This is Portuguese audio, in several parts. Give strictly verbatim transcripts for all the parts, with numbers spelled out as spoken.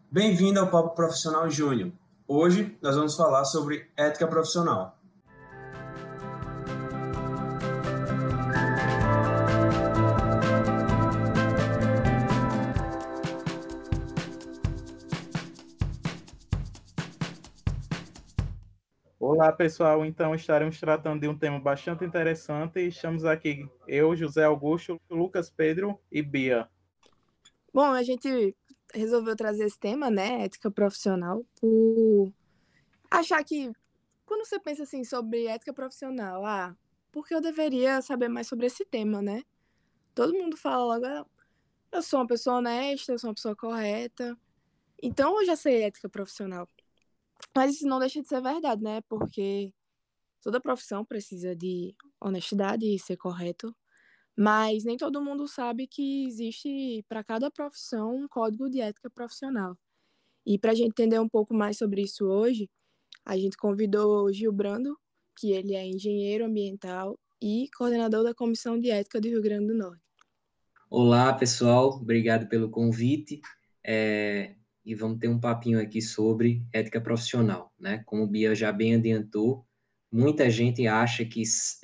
Bem-vindo ao Papo Profissional Júnior. Hoje nós vamos falar sobre ética profissional. Olá, pessoal. Então, estaremos tratando de um tema bastante interessante. Estamos aqui, eu, José Augusto, Lucas Pedro e Bia. Bom, a gente resolveu trazer esse tema, né, ética profissional, por achar que, quando você pensa assim sobre ética profissional, ah, por que eu deveria saber mais sobre esse tema, né? Todo mundo fala logo, ah, eu sou uma pessoa honesta, eu sou uma pessoa correta, então eu já sei ética profissional. Mas isso não deixa de ser verdade, né? Porque toda profissão precisa de honestidade e ser correto. Mas nem todo mundo sabe que existe para cada profissão um código de ética profissional. E para a gente entender um pouco mais sobre isso hoje, a gente convidou o Gil Brando, que ele é engenheiro ambiental e coordenador da Comissão de Ética do Rio Grande do Norte. Olá, pessoal, obrigado pelo convite. É, e vamos ter um papinho aqui sobre ética profissional, né? Como o Bia já bem adiantou, muita gente acha que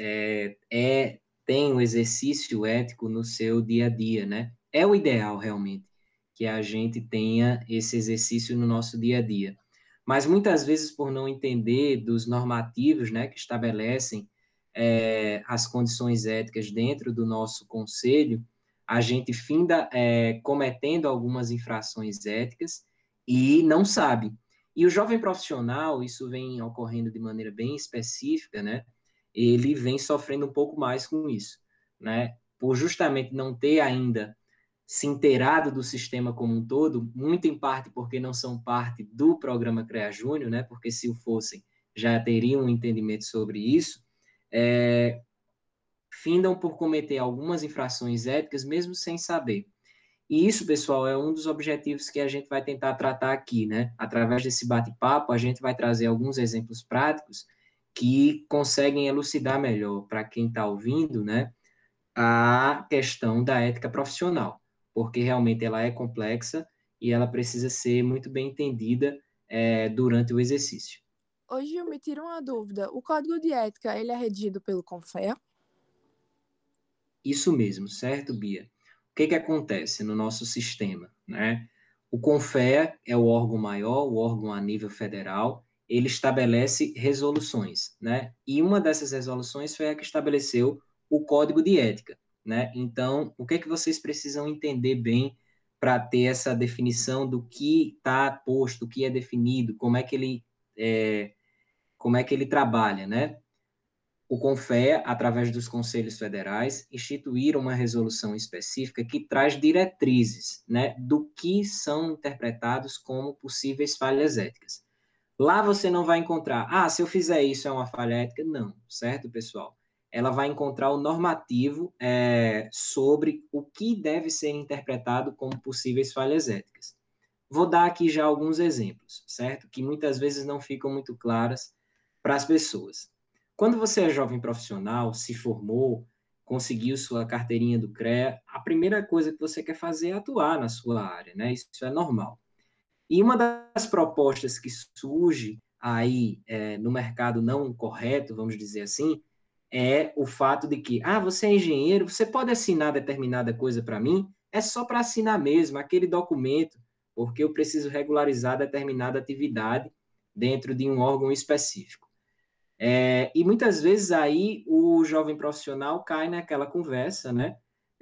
é, é tem o exercício ético no seu dia a dia, né? É o ideal, realmente, que a gente tenha esse exercício no nosso dia a dia. Mas muitas vezes, por não entender dos normativos, né, que estabelecem é, as condições éticas dentro do nosso conselho, a gente finda é, cometendo algumas infrações éticas e não sabe. E o jovem profissional, isso vem ocorrendo de maneira bem específica, né? Ele vem sofrendo um pouco mais com isso, né? Por justamente não ter ainda se inteirado do sistema como um todo, muito em parte porque não são parte do programa CREA Júnior, né? Porque se o fossem, já teriam um entendimento sobre isso, é, findam por cometer algumas infrações éticas, mesmo sem saber. E isso, pessoal, é um dos objetivos que a gente vai tentar tratar aqui, né? Através desse bate-papo, a gente vai trazer alguns exemplos práticos que conseguem elucidar melhor para quem está ouvindo, né, a questão da ética profissional, porque realmente ela é complexa e ela precisa ser muito bem entendida é, durante o exercício. Hoje eu me tiro uma dúvida. O código de ética, ele é redigido pelo CONFEA? Isso mesmo, certo, Bia? O que que acontece no nosso sistema, né? O CONFEA é o órgão maior, o órgão a nível federal, ele estabelece resoluções, né? E uma dessas resoluções foi a que estabeleceu o Código de Ética, né? Então, o que que vocês precisam entender bem para ter essa definição do que está posto, o que é definido, como é que ele é, como é que ele trabalha, né? O CONFEA, através dos conselhos federais, instituíram uma resolução específica que traz diretrizes, né, do que são interpretados como possíveis falhas éticas. Lá você não vai encontrar, ah, se eu fizer isso é uma falha ética. Não, certo, pessoal? Ela vai encontrar o normativo é, sobre o que deve ser interpretado como possíveis falhas éticas. Vou dar aqui já alguns exemplos, certo? Que muitas vezes não ficam muito claras para as pessoas. Quando você é jovem profissional, se formou, conseguiu sua carteirinha do CREA, a primeira coisa que você quer fazer é atuar na sua área, né? Isso é normal. E uma das propostas que surge aí é, no mercado não correto, vamos dizer assim, é o fato de que, ah, você é engenheiro, você pode assinar determinada coisa para mim? É só para assinar mesmo, aquele documento, porque eu preciso regularizar determinada atividade dentro de um órgão específico. É, e muitas vezes aí o jovem profissional cai naquela conversa, né?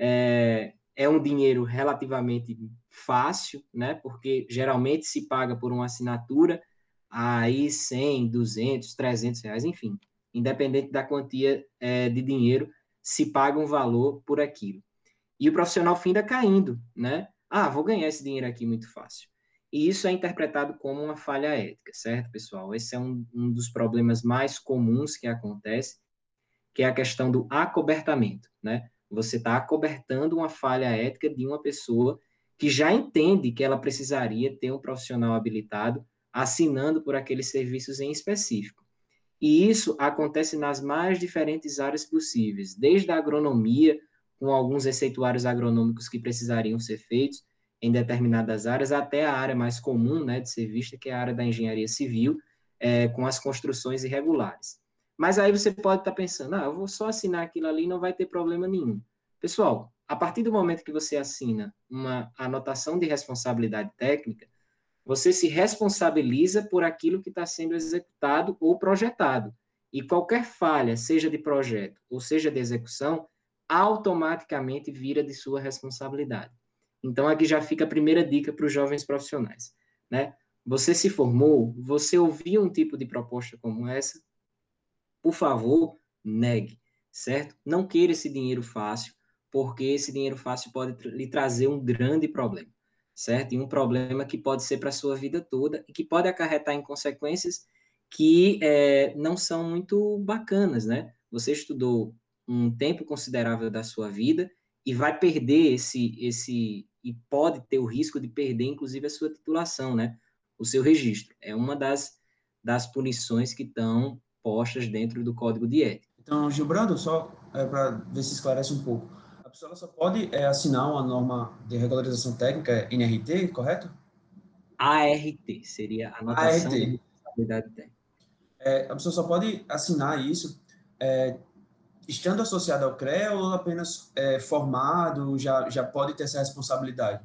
É, é um dinheiro relativamente fácil, né? Porque geralmente se paga por uma assinatura aí cem, duzentos, trezentos reais, enfim, independente da quantia é, de dinheiro, se paga um valor por aquilo. E o profissional finda caindo, né? Ah, vou ganhar esse dinheiro aqui muito fácil. E isso é interpretado como uma falha ética, certo, pessoal? Esse é um, um dos problemas mais comuns que acontece, que é a questão do acobertamento, né? Você está acobertando uma falha ética de uma pessoa que já entende que ela precisaria ter um profissional habilitado assinando por aqueles serviços em específico. E isso acontece nas mais diferentes áreas possíveis, desde a agronomia, com alguns receituários agronômicos que precisariam ser feitos, em determinadas áreas, até a área mais comum, né, de ser vista, que é a área da engenharia civil, é, com as construções irregulares. Mas aí você pode estar pensando, ah, eu vou só assinar aquilo ali e não vai ter problema nenhum. Pessoal, a partir do momento que você assina uma anotação de responsabilidade técnica, você se responsabiliza por aquilo que está sendo executado ou projetado. E qualquer falha, seja de projeto ou seja de execução, automaticamente vira de sua responsabilidade. Então, aqui já fica a primeira dica para os jovens profissionais, né? Você se formou, você ouviu um tipo de proposta como essa, por favor, negue, certo? Não queira esse dinheiro fácil, porque esse dinheiro fácil pode lhe trazer um grande problema, certo? E um problema que pode ser para a sua vida toda e que pode acarretar em consequências que é, não são muito bacanas, né? Você estudou um tempo considerável da sua vida e vai perder esse, esse, e pode ter o risco de perder, inclusive, a sua titulação, né? O seu registro. É uma das, das punições que estão postas dentro do Código de Ética. Então, Gilbrando, só é, para ver se esclarece um pouco. A pessoa ela só pode é, assinar uma norma de regularização técnica N R T, correto? A R T seria a anotação de responsabilidade técnica. É, a pessoa só pode assinar isso é, estando associado ao C R E A ou apenas é, formado, já, já pode ter essa responsabilidade?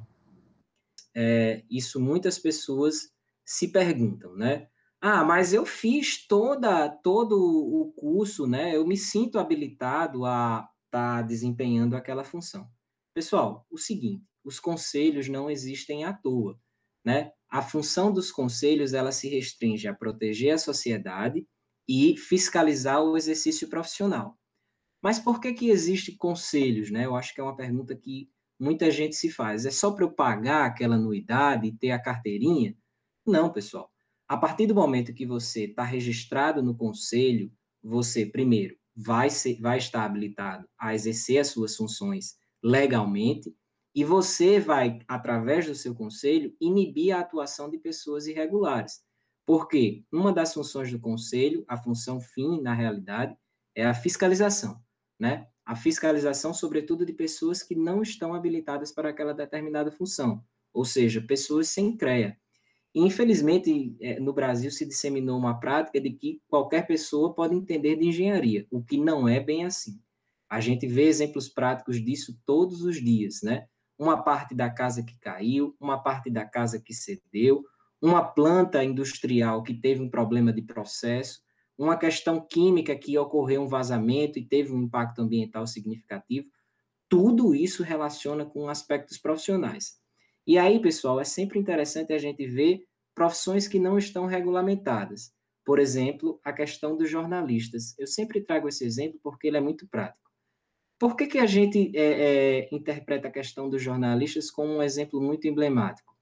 É, isso muitas pessoas se perguntam, né? Ah, mas eu fiz toda, todo o curso, né? Eu me sinto habilitado a estar tá desempenhando aquela função. Pessoal, o seguinte, os conselhos não existem à toa, né? A função dos conselhos, ela se restringe a proteger a sociedade e fiscalizar o exercício profissional. Mas por que que existe conselhos, né? Eu acho que é uma pergunta que muita gente se faz. É só para eu pagar aquela anuidade e ter a carteirinha? Não, pessoal. A partir do momento que você está registrado no conselho, você, primeiro, vai, ser, vai estar habilitado a exercer as suas funções legalmente e você vai, através do seu conselho, inibir a atuação de pessoas irregulares. Porque uma das funções do conselho, a função fim, na realidade, é a fiscalização, né? A fiscalização, sobretudo, de pessoas que não estão habilitadas para aquela determinada função, ou seja, pessoas sem C R E A. E, infelizmente, no Brasil se disseminou uma prática de que qualquer pessoa pode entender de engenharia, o que não é bem assim. A gente vê exemplos práticos disso todos os dias, né? Uma parte da casa que caiu, uma parte da casa que cedeu, uma planta industrial que teve um problema de processo, uma questão química que ocorreu um vazamento e teve um impacto ambiental significativo. Tudo isso relaciona com aspectos profissionais. E aí, pessoal, é sempre interessante a gente ver profissões que não estão regulamentadas. Por exemplo, a questão dos jornalistas. Eu sempre trago esse exemplo porque ele é muito prático. Por que que a gente é, é, interpreta a questão dos jornalistas como um exemplo muito emblemático?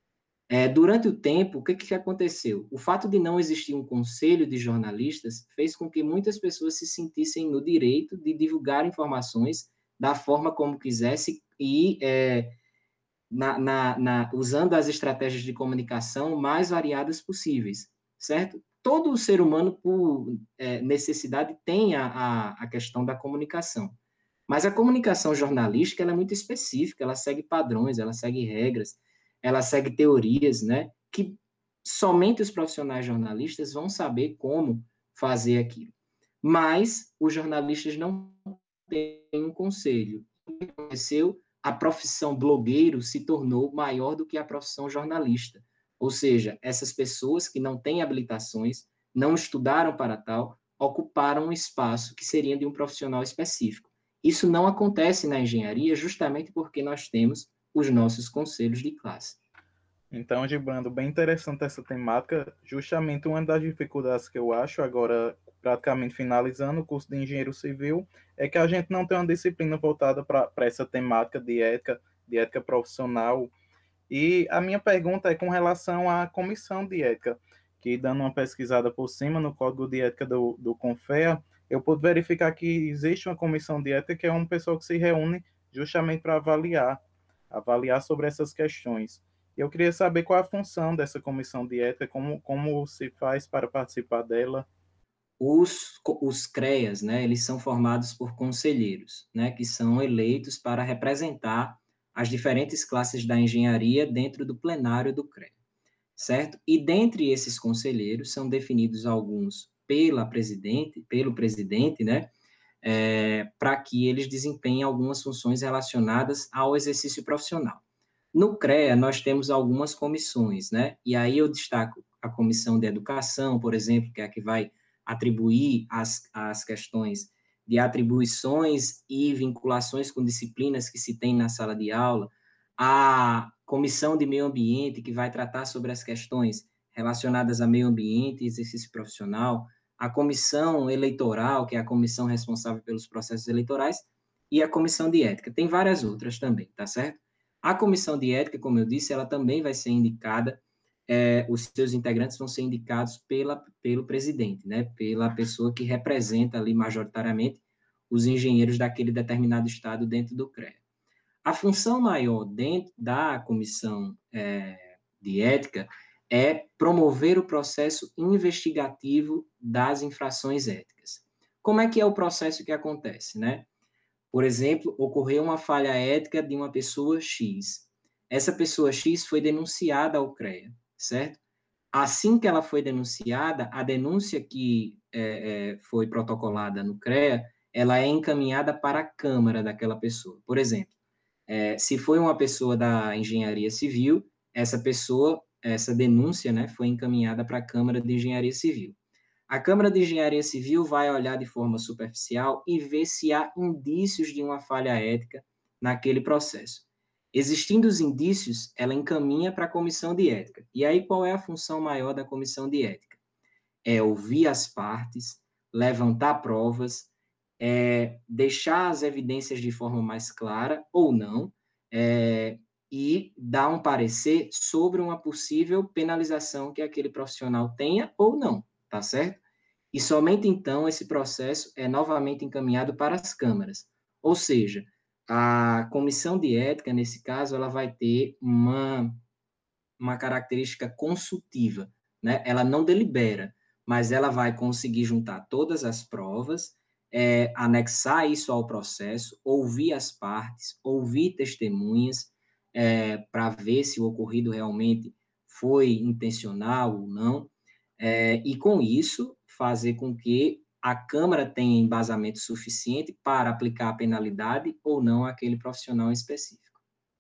É, durante o tempo, o que, que aconteceu? O fato de não existir um conselho de jornalistas fez com que muitas pessoas se sentissem no direito de divulgar informações da forma como quisesse e é, na, na, na, usando as estratégias de comunicação mais variadas possíveis, certo? Todo ser humano, por é, necessidade, tem a, a, a questão da comunicação. Mas a comunicação jornalística ela é muito específica, ela segue padrões, ela segue regras, ela segue teorias, né? Que somente os profissionais jornalistas vão saber como fazer aquilo. Mas os jornalistas não têm um conselho. O que aconteceu? A profissão blogueiro se tornou maior do que a profissão jornalista. Ou seja, essas pessoas que não têm habilitações, não estudaram para tal, ocuparam um espaço que seria de um profissional específico. Isso não acontece na engenharia justamente porque nós temos os nossos conselhos de classe. Então, Gibrando, bem interessante essa temática. Justamente uma das dificuldades que eu acho, agora praticamente finalizando o curso de engenheiro civil, é que a gente não tem uma disciplina voltada para essa temática de ética, de ética profissional. E a minha pergunta é com relação à comissão de ética, que dando uma pesquisada por cima no código de ética do, do CONFEA, eu pude verificar que existe uma comissão de ética que é uma pessoa que se reúne justamente para avaliar, avaliar sobre essas questões. Eu queria saber qual a função dessa comissão de ética, como, como se faz para participar dela. Os, os C R E As, né, eles são formados por conselheiros, né, que são eleitos para representar as diferentes classes da engenharia dentro do plenário do CREA, certo? E dentre esses conselheiros são definidos alguns pela presidente, pelo presidente, né, é, para que eles desempenhem algumas funções relacionadas ao exercício profissional. No CREA, nós temos algumas comissões, né, e aí eu destaco a comissão de educação, por exemplo, que é a que vai atribuir as, as questões de atribuições e vinculações com disciplinas que se tem na sala de aula, a comissão de meio ambiente, que vai tratar sobre as questões relacionadas a meio ambiente e exercício profissional, a comissão eleitoral, que é a comissão responsável pelos processos eleitorais, e a comissão de ética. Tem várias outras também, tá certo? A comissão de ética, como eu disse, ela também vai ser indicada, é, os seus integrantes vão ser indicados pela, pelo presidente, né, pela pessoa que representa ali majoritariamente os engenheiros daquele determinado estado dentro do CREA. A função maior dentro da comissão é, de ética é promover o processo investigativo das infrações éticas. Como é que é o processo que acontece, né? Por exemplo, ocorreu uma falha ética de uma pessoa X. Essa pessoa X foi denunciada ao CREA, certo? Assim que ela foi denunciada, a denúncia que é, é, foi protocolada no CREA, ela é encaminhada para a Câmara daquela pessoa. Por exemplo, é, se foi uma pessoa da engenharia civil, essa pessoa, essa denúncia, né, foi encaminhada para a Câmara de Engenharia Civil. A Câmara de Engenharia Civil vai olhar de forma superficial e ver se há indícios de uma falha ética naquele processo. Existindo os indícios, ela encaminha para a comissão de ética. E aí, qual é a função maior da comissão de ética? É ouvir as partes, levantar provas, é, deixar as evidências de forma mais clara ou não, é, e dar um parecer sobre uma possível penalização que aquele profissional tenha ou não, tá certo? E somente então esse processo é novamente encaminhado para as câmaras. Ou seja, a comissão de ética, nesse caso, ela vai ter uma, uma característica consultiva, né? Ela não delibera, mas ela vai conseguir juntar todas as provas, é, anexar isso ao processo, ouvir as partes, ouvir testemunhas, é, para ver se o ocorrido realmente foi intencional ou não, é, e com isso fazer com que a Câmara tenha embasamento suficiente para aplicar a penalidade ou não àquele profissional específico.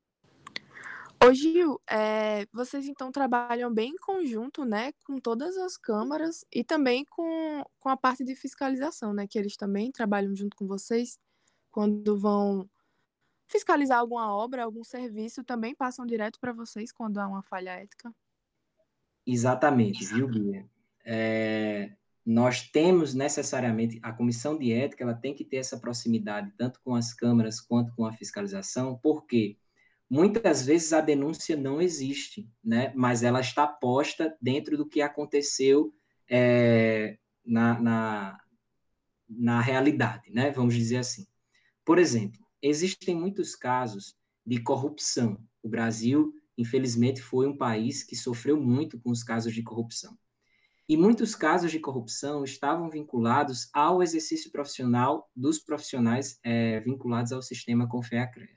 Ô Gil, é, vocês então trabalham bem em conjunto, né, com todas as câmaras e também com, com a parte de fiscalização, né, que eles também trabalham junto com vocês quando vão fiscalizar alguma obra, algum serviço, também passam direto para vocês quando há uma falha ética? Exatamente, viu, Bia? É, nós temos necessariamente, a comissão de ética, ela tem que ter essa proximidade, tanto com as câmaras quanto com a fiscalização, porque muitas vezes a denúncia não existe, né? Mas ela está posta dentro do que aconteceu é, na, na, na realidade, né? Vamos dizer assim. Por exemplo, existem muitos casos de corrupção. O Brasil, infelizmente, foi um país que sofreu muito com os casos de corrupção. E muitos casos de corrupção estavam vinculados ao exercício profissional dos profissionais é, vinculados ao sistema Confea-CREA.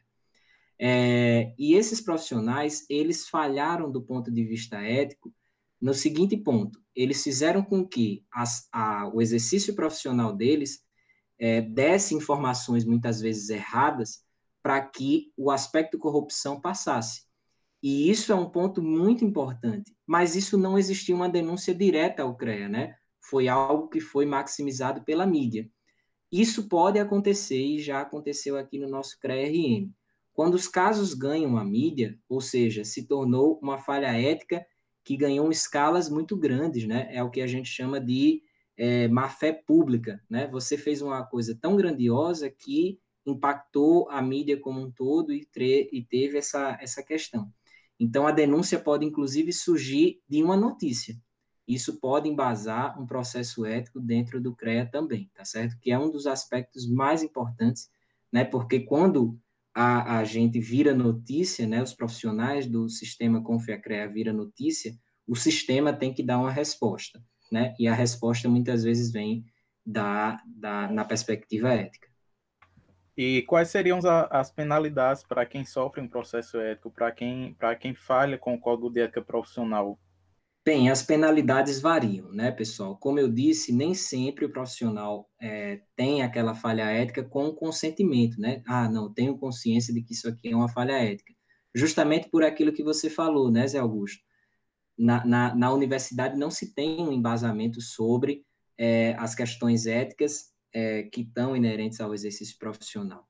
É, e esses profissionais, eles falharam do ponto de vista ético no seguinte ponto: eles fizeram com que as, a, o exercício profissional deles é, desse informações muitas vezes erradas para que o aspecto corrupção passasse. E isso é um ponto muito importante, mas isso não existia uma denúncia direta ao CREA, né? Foi algo que foi maximizado pela mídia. Isso pode acontecer e já aconteceu aqui no nosso CREA-R M. Quando os casos ganham a mídia, ou seja, se tornou uma falha ética que ganhou escalas muito grandes, né? É o que a gente chama de é, má-fé pública, né? Você fez uma coisa tão grandiosa que impactou a mídia como um todo e, tre- e teve essa, essa questão. Então, a denúncia pode, inclusive, surgir de uma notícia. Isso pode embasar um processo ético dentro do CREA também, tá certo? Que é um dos aspectos mais importantes, né? Porque quando a, a gente vira notícia, né? Os profissionais do sistema Confea-CREA vira notícia, o sistema tem que dar uma resposta, né? E a resposta muitas vezes vem da, da, na perspectiva ética. E quais seriam a- as penalidades para quem sofre um processo ético, para quem, para quem falha com o Código de Ética Profissional? Bem, as penalidades variam, né, pessoal? Como eu disse, nem sempre o profissional é, tem aquela falha ética com consentimento, né? Ah, não, tenho consciência de que isso aqui é uma falha ética. Justamente por aquilo que você falou, né, Zé Augusto? Na, na, na universidade não se tem um embasamento sobre é, as questões éticas é, que estão inerentes ao exercício profissional.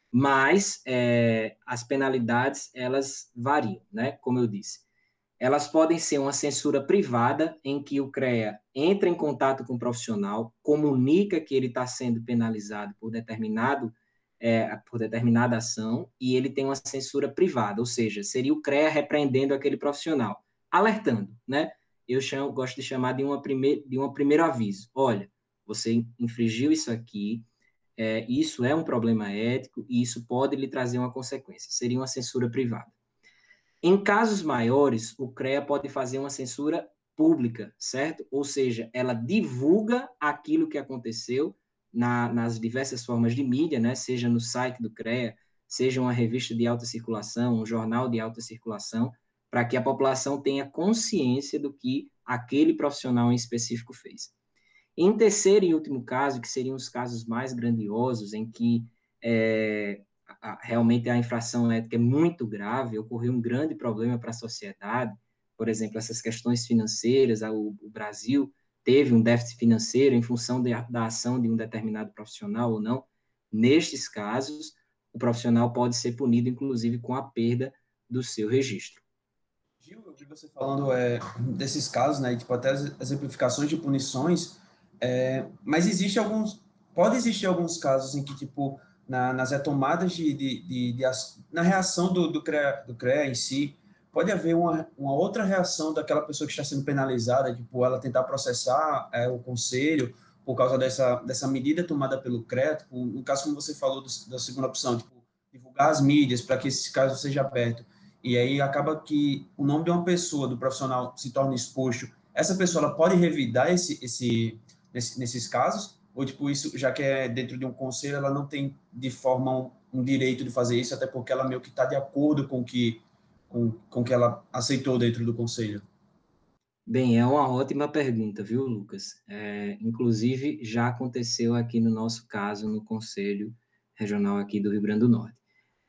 Mas é, as penalidades, elas variam, né? Como eu disse. Elas podem ser uma censura privada, em que o CREA entra em contato com o profissional, comunica que ele está sendo penalizado por, determinado, é, por determinada ação, e ele tem uma censura privada, ou seja, seria o CREA repreendendo aquele profissional, alertando, né? Eu chamo, gosto de chamar de, uma primeir, de um primeiro aviso. Olha, você infringiu isso aqui, é, isso é um problema ético, e isso pode lhe trazer uma consequência. Seria uma censura privada. Em casos maiores, o CREA pode fazer uma censura pública, certo? Ou seja, ela divulga aquilo que aconteceu na, nas diversas formas de mídia, né? Seja no site do CREA, seja uma revista de alta circulação, um jornal de alta circulação, para que a população tenha consciência do que aquele profissional em específico fez. Em terceiro e último caso, que seriam os casos mais grandiosos, em que é, a, realmente a infração ética é muito grave, ocorreu um grande problema para a sociedade, por exemplo, essas questões financeiras, o, o Brasil teve um déficit financeiro em função de, da ação de um determinado profissional ou não. Nestes casos, o profissional pode ser punido, inclusive, com a perda do seu registro. Gil, eu vi você falando é, desses casos, né, tipo, até as exemplificações de punições, é, mas existe alguns, pode existir alguns casos em que, tipo, na, nas retomadas de, de, de, de na reação do, do, CREA, do CREA em si, pode haver uma, uma outra reação daquela pessoa que está sendo penalizada, tipo, ela tentar processar é, o conselho por causa dessa, dessa medida tomada pelo CREA, tipo, no caso como você falou do, da segunda opção, tipo, divulgar as mídias para que esse caso seja aberto. E aí acaba que o nome de uma pessoa, do profissional, se torna exposto. Essa pessoa ela pode revidar esse, esse, nesse, nesses casos? Ou, tipo, isso, já que é dentro de um conselho, ela não tem, de forma, um, um direito de fazer isso, até porque ela meio que está de acordo com que, com, com que ela aceitou dentro do conselho? Bem, é uma ótima pergunta, viu, Lucas? É, inclusive, já aconteceu aqui no nosso caso, no Conselho Regional aqui do Rio Grande do Norte.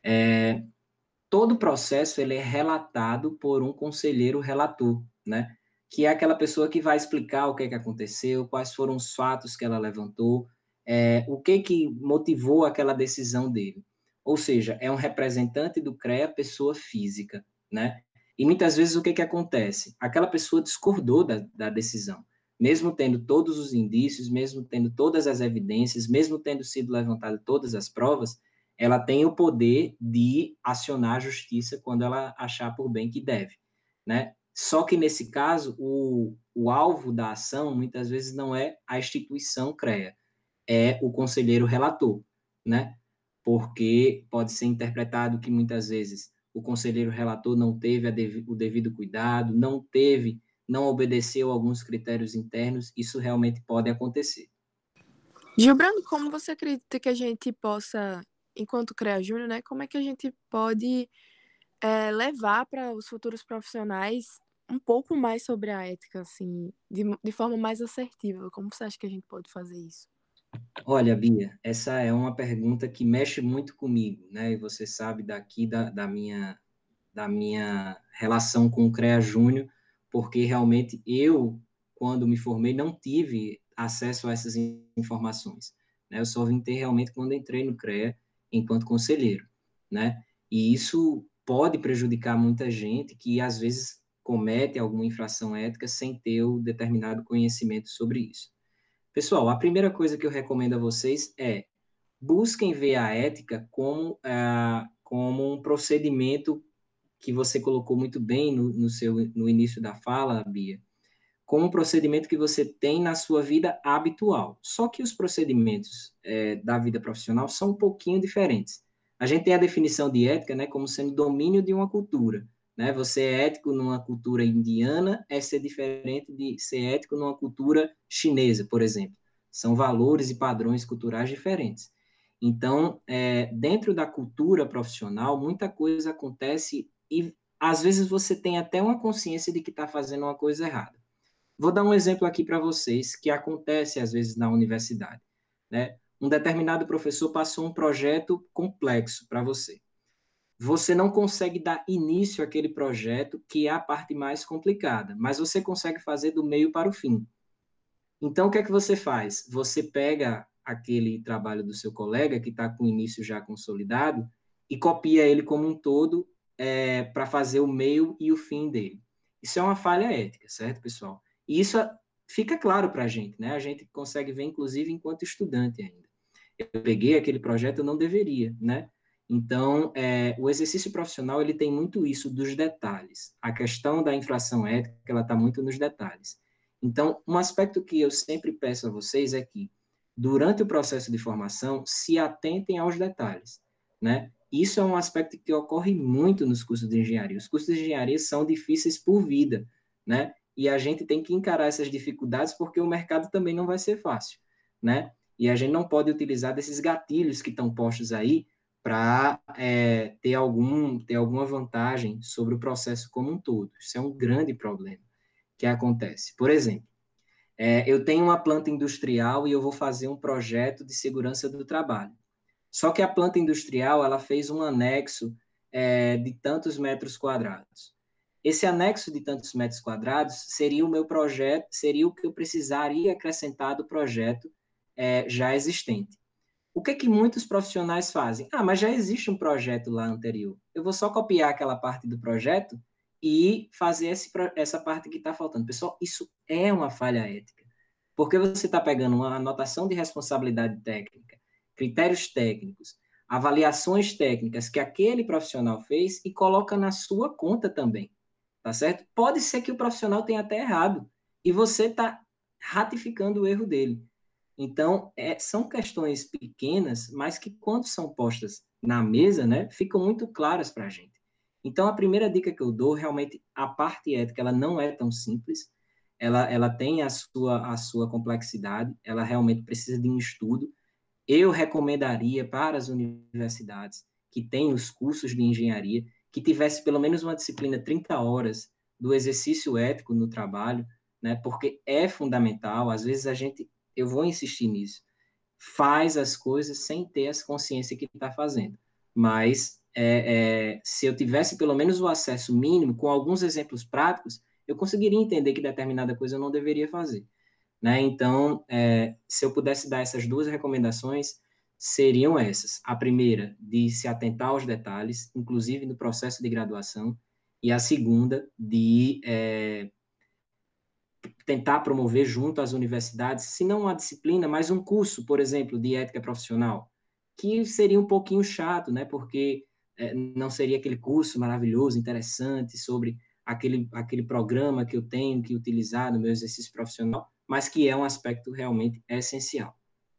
É, todo o processo ele é relatado por um conselheiro relator, né? Que é aquela pessoa que vai explicar o que é que aconteceu, quais foram os fatos que ela levantou, é, o que que motivou aquela decisão dele. Ou seja, é um representante do CREA, pessoa física, né? E muitas vezes o que que acontece? Aquela pessoa discordou da, da decisão, mesmo tendo todos os indícios, mesmo tendo todas as evidências, mesmo tendo sido levantadas todas as provas, ela tem o poder de acionar a justiça quando ela achar por bem que deve, né? Só que, nesse caso, o, o alvo da ação, muitas vezes, não é a instituição CREA, é o conselheiro relator, né? Porque pode ser interpretado que, muitas vezes, o conselheiro relator não teve dev, o devido cuidado, não teve, não obedeceu alguns critérios internos, isso realmente pode acontecer. Gilbrando, como você acredita que a gente possa, enquanto CREA Júnior, né, como é que a gente pode é, levar para os futuros profissionais um pouco mais sobre a ética, assim, de, de forma mais assertiva? Como você acha que a gente pode fazer isso? Olha, Bia, essa é uma pergunta que mexe muito comigo, né? E você sabe daqui da, da minha, da minha relação com o CREA Júnior, porque realmente eu, quando me formei, não tive acesso a essas informações, né? Eu só vim ter realmente quando entrei no CREA enquanto conselheiro, né? E isso pode prejudicar muita gente que, às vezes, comete alguma infração ética sem ter o determinado conhecimento sobre isso. Pessoal, a primeira coisa que eu recomendo a vocês é busquem ver a ética como, ah, como um procedimento que você colocou muito bem no, no, seu, no início da fala, Bia, como um procedimento que você tem na sua vida habitual. Só que os procedimentos é, da vida profissional são um pouquinho diferentes. A gente tem a definição de ética, né, como sendo domínio de uma cultura. Né? Você é ético numa cultura indiana é ser diferente de ser ético numa cultura chinesa, por exemplo. São valores e padrões culturais diferentes. Então, é, dentro da cultura profissional, muita coisa acontece e, às vezes, você tem até uma consciência de que está fazendo uma coisa errada. Vou dar um exemplo aqui para vocês, que acontece, às vezes, na universidade, né? Um determinado professor passou um projeto complexo para você. Você não consegue dar início àquele projeto, que é a parte mais complicada, mas você consegue fazer do meio para o fim. Então, o que é que você faz? Você pega aquele trabalho do seu colega, que está com o início já consolidado, e copia ele como um todo é, para fazer o meio e o fim dele. Isso é uma falha ética, certo, pessoal? E isso fica claro para a gente, né? A gente consegue ver, inclusive, enquanto estudante ainda. Eu peguei aquele projeto, eu não deveria, né? Então, é, o exercício profissional, ele tem muito isso dos detalhes. A questão da infração ética, ela está muito nos detalhes. Então, um aspecto que eu sempre peço a vocês é que, durante o processo de formação, se atentem aos detalhes, né? Isso é um aspecto que ocorre muito nos cursos de engenharia. Os cursos de engenharia são difíceis por vida, né? E a gente tem que encarar essas dificuldades porque o mercado também não vai ser fácil, né? E a gente não pode utilizar desses gatilhos que estão postos aí para é, ter, algum, ter alguma vantagem sobre o processo como um todo. Isso é um grande problema que acontece. Por exemplo, é, eu tenho uma planta industrial e eu vou fazer um projeto de segurança do trabalho. Só que a planta industrial, ela fez um anexo é, de tantos metros quadrados. Esse anexo de tantos metros quadrados seria o meu projeto, seria o que eu precisaria acrescentar do projeto é, já existente. O que é que muitos profissionais fazem? Ah, mas já existe um projeto lá anterior. Eu vou só copiar aquela parte do projeto e fazer esse, essa parte que está faltando. Pessoal, isso é uma falha ética. Porque você está pegando uma anotação de responsabilidade técnica, critérios técnicos, avaliações técnicas que aquele profissional fez e coloca na sua conta também, tá certo? Pode ser que o profissional tenha até errado e você está ratificando o erro dele. Então, é, são questões pequenas, mas que quando são postas na mesa, né, ficam muito claras para a gente. Então, a primeira dica que eu dou, realmente, a parte ética, ela não é tão simples, ela, ela tem a sua, a sua complexidade, ela realmente precisa de um estudo. Eu recomendaria para as universidades que têm os cursos de engenharia, que tivesse pelo menos uma disciplina trinta horas do exercício ético no trabalho, né, porque é fundamental, às vezes a gente, eu vou insistir nisso, faz as coisas sem ter a consciência que está fazendo, mas é, é, se eu tivesse pelo menos o acesso mínimo, com alguns exemplos práticos, eu conseguiria entender que determinada coisa eu não deveria fazer. Né? Então, é, se eu pudesse dar essas duas recomendações, seriam essas. A primeira, de se atentar aos detalhes, inclusive no processo de graduação, e a segunda, de é, tentar promover junto às universidades, se não uma disciplina, mas um curso, por exemplo, de ética profissional, que seria um pouquinho chato, né? Porque é, não seria aquele curso maravilhoso, interessante, sobre aquele, aquele programa que eu tenho que utilizar no meu exercício profissional, mas que é um aspecto realmente essencial.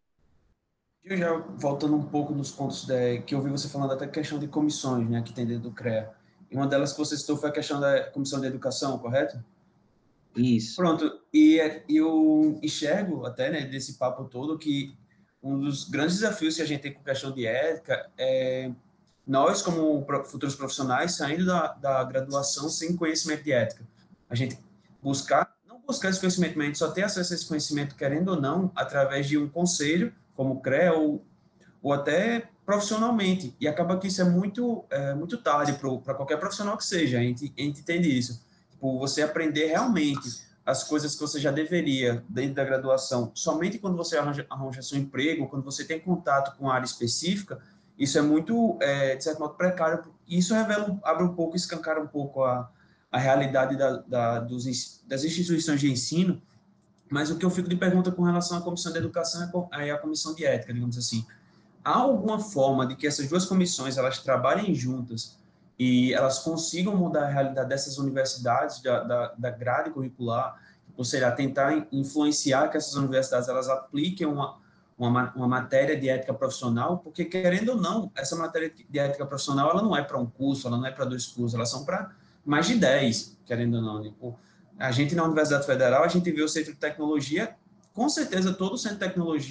Eu já voltando um pouco nos pontos de, que eu ouvi você falando até a questão de comissões, né, que tem dentro do CREA. E uma delas que você citou foi a questão da comissão de educação, correto? Isso. Pronto, e eu enxergo até, né, desse papo todo que um dos grandes desafios que a gente tem com questão de ética é nós, como futuros profissionais, saindo da, da graduação sem conhecimento de ética. A gente buscar, não buscar esse conhecimento, mas a gente só ter acesso a esse conhecimento, querendo ou não, através de um conselho, como o CREA, ou, ou até profissionalmente. E acaba que isso é muito, é, muito tarde para qualquer profissional que seja, a gente, a gente entende isso. Tipo, você aprender realmente as coisas que você já deveria dentro da graduação, somente quando você arranja, arranja seu emprego, quando você tem contato com a área específica, isso é muito, é, de certo modo, precário, e isso revela, abre um pouco, escancara um pouco a, a realidade da, da, dos, das instituições de ensino, mas o que eu fico de pergunta com relação à comissão de educação é a comissão de ética, digamos assim. Há alguma forma de que essas duas comissões, elas trabalhem juntas e elas consigam mudar a realidade dessas universidades, da, da, da grade curricular, ou seja, tentar influenciar que essas universidades, elas apliquem uma Uma, uma matéria de ética profissional, porque, querendo ou não, essa matéria de ética profissional, ela não é para um curso, ela não é para dois cursos, elas são para mais de dez, querendo ou não. Tipo, a gente, na Universidade Federal, a gente vê o Centro de Tecnologia, com certeza, todo o Centro de Tecnologia,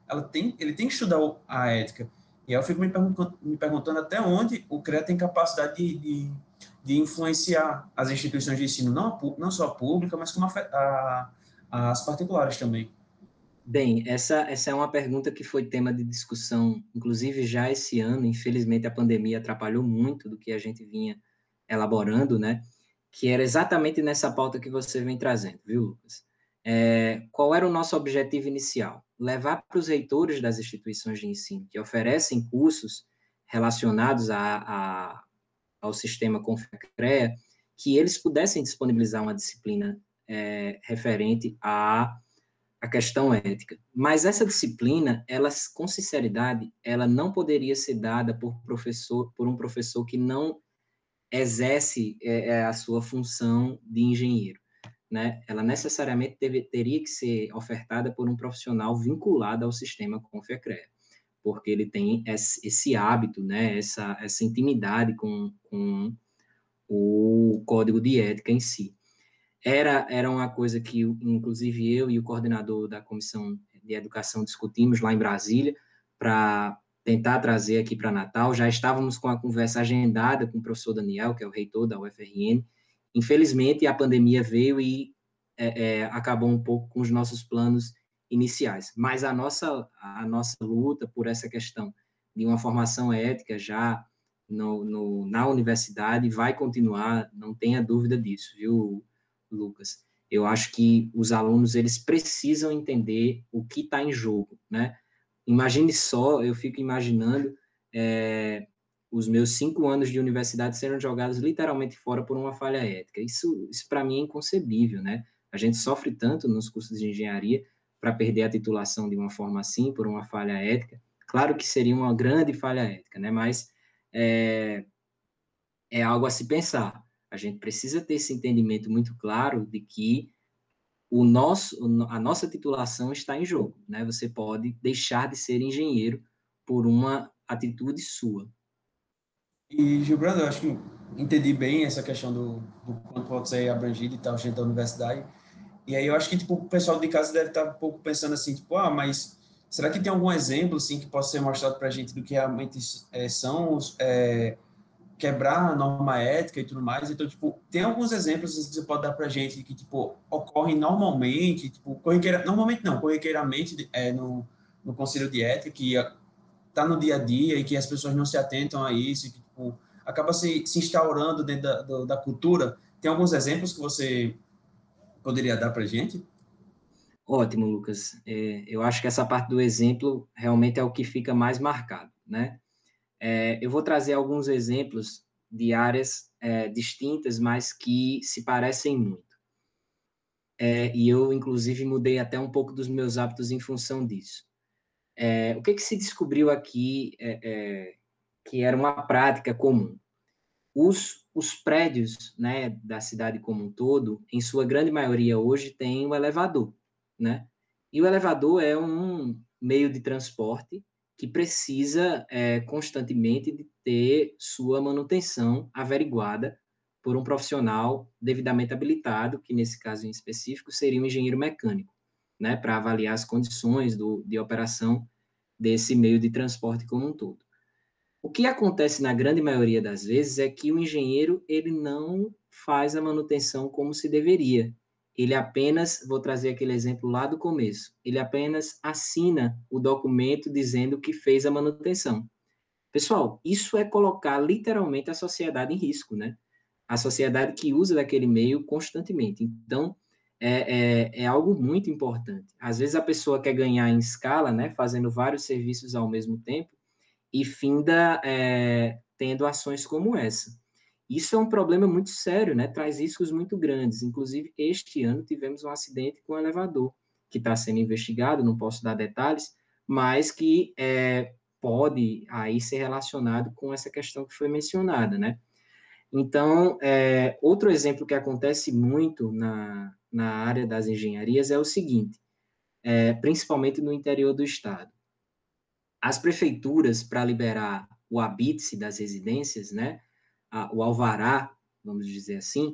ela tem, ele tem que estudar a ética. E aí eu fico me perguntando, me perguntando até onde o CREA tem capacidade de, de, de influenciar as instituições de ensino, não, a, não só a pública, mas como a, a, as particulares também. Bem, essa, essa é uma pergunta que foi tema de discussão, inclusive já esse ano. Infelizmente, a pandemia atrapalhou muito do que a gente vinha elaborando, né? Que era exatamente nessa pauta que você vem trazendo, viu, Lucas? É, qual era o nosso objetivo inicial? Levar para os reitores das instituições de ensino que oferecem cursos relacionados a, a, ao sistema CONFEA-CREA, que eles pudessem disponibilizar uma disciplina é, referente a a questão ética. Mas essa disciplina, ela, com sinceridade, ela não poderia ser dada por professor, por um professor que não exerce é, a sua função de engenheiro, né? Ela necessariamente teve, teria que ser ofertada por um profissional vinculado ao sistema CONFEA-CREA, porque ele tem esse, esse hábito, né? Essa, essa intimidade com, com o código de ética em si. Era, era uma coisa que, inclusive, eu e o coordenador da Comissão de Educação discutimos lá em Brasília, para tentar trazer aqui para Natal. Já estávamos com a conversa agendada com o professor Daniel, que é o reitor da U F R N. Infelizmente, a pandemia veio e é, é, acabou um pouco com os nossos planos iniciais. Mas a nossa, a nossa luta por essa questão de uma formação ética já no, no, na universidade vai continuar, não tenha dúvida disso, viu, Lucas? Eu acho que os alunos, eles precisam entender o que está em jogo, né? Imagine só, eu fico imaginando é, os meus cinco anos de universidade sendo jogados literalmente fora por uma falha ética. Isso, isso para mim é inconcebível, né? A gente sofre tanto nos cursos de engenharia para perder a titulação de uma forma assim, por uma falha ética. Claro que seria uma grande falha ética, né? Mas é, é algo a se pensar. A gente precisa ter esse entendimento muito claro de que o nosso, a nossa titulação está em jogo, né? Você pode deixar de ser engenheiro por uma atitude sua. E, Gilbrando, eu acho que entendi bem essa questão do, do quanto pode ser abrangido e tal, gente da universidade. E aí eu acho que, tipo, o pessoal de casa deve estar um pouco pensando assim, tipo, ah, mas será que tem algum exemplo, assim, que possa ser mostrado para a gente do que realmente é, são os, é, quebrar a norma ética e tudo mais? Então, tipo, tem alguns exemplos assim, que você pode dar para a gente que, tipo, ocorrem normalmente, tipo, corriqueira, normalmente não, corriqueiramente é, no, no Conselho de Ética, que está no dia a dia e que as pessoas não se atentam a isso, e que, tipo, acaba se, se instaurando dentro da, do, da cultura. Tem alguns exemplos que você poderia dar para a gente? Ótimo, Lucas. É, eu acho que essa parte do exemplo realmente é o que fica mais marcado, né? É, eu vou trazer alguns exemplos de áreas é, distintas, mas que se parecem muito. É, e eu, inclusive, mudei até um pouco dos meus hábitos em função disso. É, o que, que se descobriu aqui é, é, que era uma prática comum? Os, os prédios, né, da cidade como um todo, em sua grande maioria hoje, tem um elevador, né? E o elevador é um meio de transporte que precisa é, constantemente de ter sua manutenção averiguada por um profissional devidamente habilitado, que nesse caso em específico seria um engenheiro mecânico, né, para avaliar as condições do, de operação desse meio de transporte como um todo. O que acontece na grande maioria das vezes é que o engenheiro ele não faz a manutenção como se deveria. Ele apenas, vou trazer aquele exemplo lá do começo, ele apenas assina o documento dizendo que fez a manutenção. Pessoal, isso é colocar literalmente a sociedade em risco, né? A sociedade que usa daquele meio constantemente. Então, é, é, é algo muito importante. Às vezes a pessoa quer ganhar em escala, né, fazendo vários serviços ao mesmo tempo, e finda é, tendo ações como essa. Isso é um problema muito sério, né? Traz riscos muito grandes. Inclusive, este ano tivemos um acidente com um elevador, que está sendo investigado, não posso dar detalhes, mas que é, pode aí ser relacionado com essa questão que foi mencionada, né? Então, é, outro exemplo que acontece muito na, na área das engenharias é o seguinte, é, principalmente no interior do estado. As prefeituras, para liberar o habite-se das residências, né, a, o alvará, vamos dizer assim,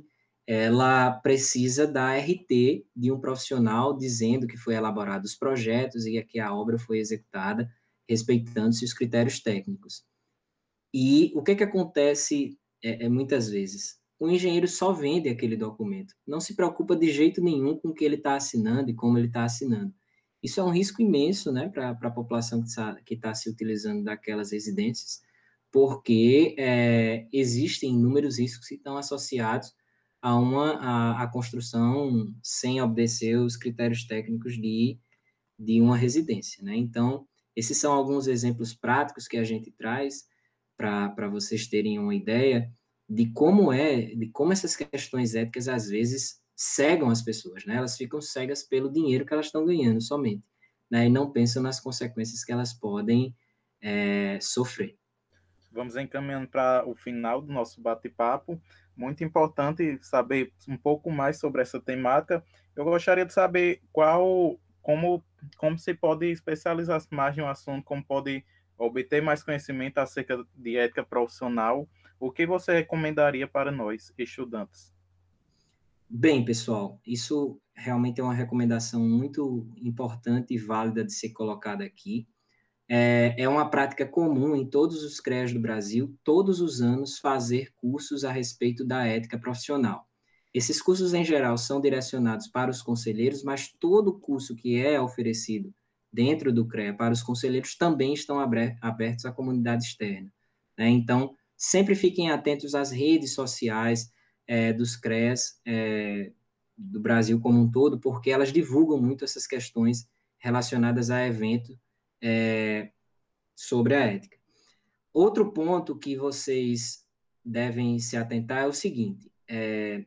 ela precisa da R T de um profissional dizendo que foi elaborado os projetos e que a obra foi executada respeitando-se os critérios técnicos. E o que que acontece é, é, muitas vezes? O engenheiro só vende aquele documento, não se preocupa de jeito nenhum com o que ele está assinando e como ele está assinando. Isso é um risco imenso, né, para a população que está se utilizando daquelas residências, porque é, existem inúmeros riscos que estão associados a uma a, a construção sem obedecer os critérios técnicos de, de uma residência, né? Então, esses são alguns exemplos práticos que a gente traz para vocês terem uma ideia de como é, de como essas questões éticas às vezes cegam as pessoas, né? Elas ficam cegas pelo dinheiro que elas estão ganhando somente, né? E não pensam nas consequências que elas podem é, sofrer. Vamos encaminhando para o final do nosso bate-papo. Muito importante saber um pouco mais sobre essa temática. Eu gostaria de saber qual, como, como se pode especializar mais em um assunto, como pode obter mais conhecimento acerca de ética profissional. O que você recomendaria para nós, estudantes? Bem, pessoal, isso realmente é uma recomendação muito importante e válida de ser colocada aqui. É, é uma prática comum em todos os C R E As do Brasil, todos os anos, fazer cursos a respeito da ética profissional. Esses cursos, em geral, são direcionados para os conselheiros, mas todo curso que é oferecido dentro do C R E A para os conselheiros também estão abertos à comunidade externa, né? Então, sempre fiquem atentos às redes sociais é, dos C R E As é, do Brasil como um todo, porque elas divulgam muito essas questões relacionadas a evento é, sobre a ética. Outro ponto que vocês devem se atentar é o seguinte, é,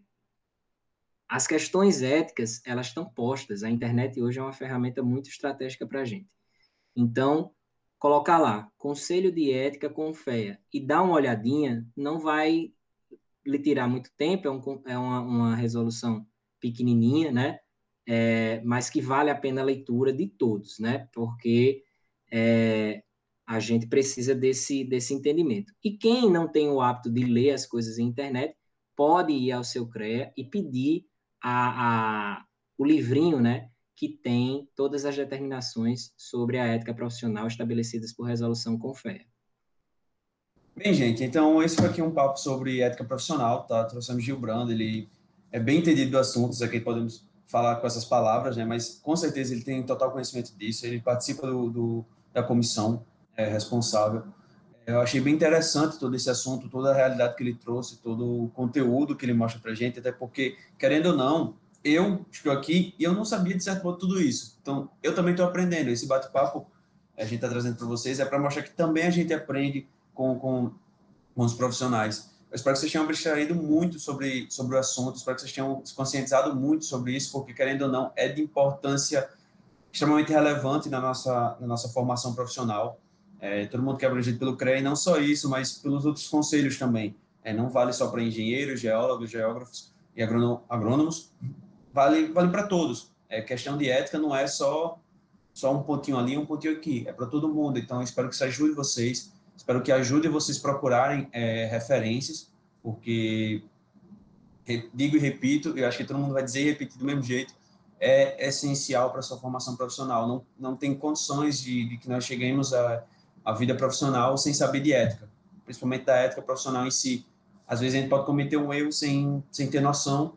as questões éticas, elas estão postas, a internet hoje é uma ferramenta muito estratégica para a gente. Então, colocar lá, Conselho de Ética Confea, e dar uma olhadinha, não vai lhe tirar muito tempo, é, um, é uma, uma resolução pequenininha, né? É, mas que vale a pena a leitura de todos, né? Porque é, a gente precisa desse, desse entendimento. E quem não tem o hábito de ler as coisas na internet, pode ir ao seu C R E A e pedir a, a, o livrinho, né? Que tem todas as determinações sobre a ética profissional estabelecidas por resolução Confea. Bem, gente, então esse foi aqui um papo sobre ética profissional, tá? Trouxemos Gil Brando, ele é bem entendido do assunto, isso aqui podemos falar com essas palavras, né? Mas com certeza ele tem total conhecimento disso, ele participa do, do da comissão é, responsável. Eu achei bem interessante todo esse assunto, toda a realidade que ele trouxe, todo o conteúdo que ele mostra pra gente, até porque, querendo ou não, eu estou aqui e eu não sabia de certo modo tudo isso. Então, eu também estou aprendendo. Esse bate-papo a gente está trazendo para vocês é para mostrar que também a gente aprende com, com, com os profissionais. Eu espero que vocês tenham abstraído muito sobre, sobre o assunto, espero que vocês tenham se conscientizado muito sobre isso, porque, querendo ou não, é de importância extremamente relevante na nossa, na nossa formação profissional. É, todo mundo que é abrangido pelo C R E A, e não só isso, mas pelos outros conselhos também. É, não vale só para engenheiros, geólogos, geógrafos e agrônomos, vale, vale para todos. É, questão de ética não é só, só um pontinho ali, um pontinho aqui, é para todo mundo. Então, eu espero que isso ajude vocês, espero que ajude vocês procurarem é, referências, porque, digo e repito, eu acho que todo mundo vai dizer e repetir do mesmo jeito, é essencial para a sua formação profissional. Não, não tem condições de, de que nós cheguemos a a vida profissional sem saber de ética, principalmente da ética profissional em si. Às vezes a gente pode cometer um erro sem, sem ter noção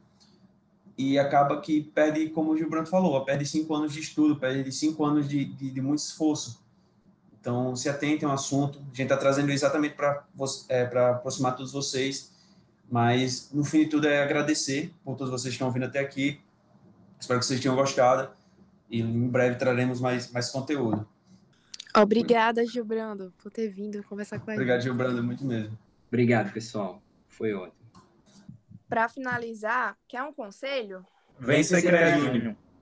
e acaba que perde, como o Gilberto falou, perde cinco anos de estudo, perde cinco anos de, de, de muito esforço. Então, se atentem ao assunto. A gente está trazendo exatamente para é, para aproximar todos vocês, mas no fim de tudo é agradecer por todos vocês que estão vindo até aqui. Espero que vocês tenham gostado e em breve traremos mais, mais conteúdo. Obrigada, Gilbrando, por ter vindo conversar com a Obrigado, gente. Gilbrando, muito mesmo. Obrigado, pessoal. Foi ótimo. Para finalizar, quer um conselho? Vem ser C R E A Júnior.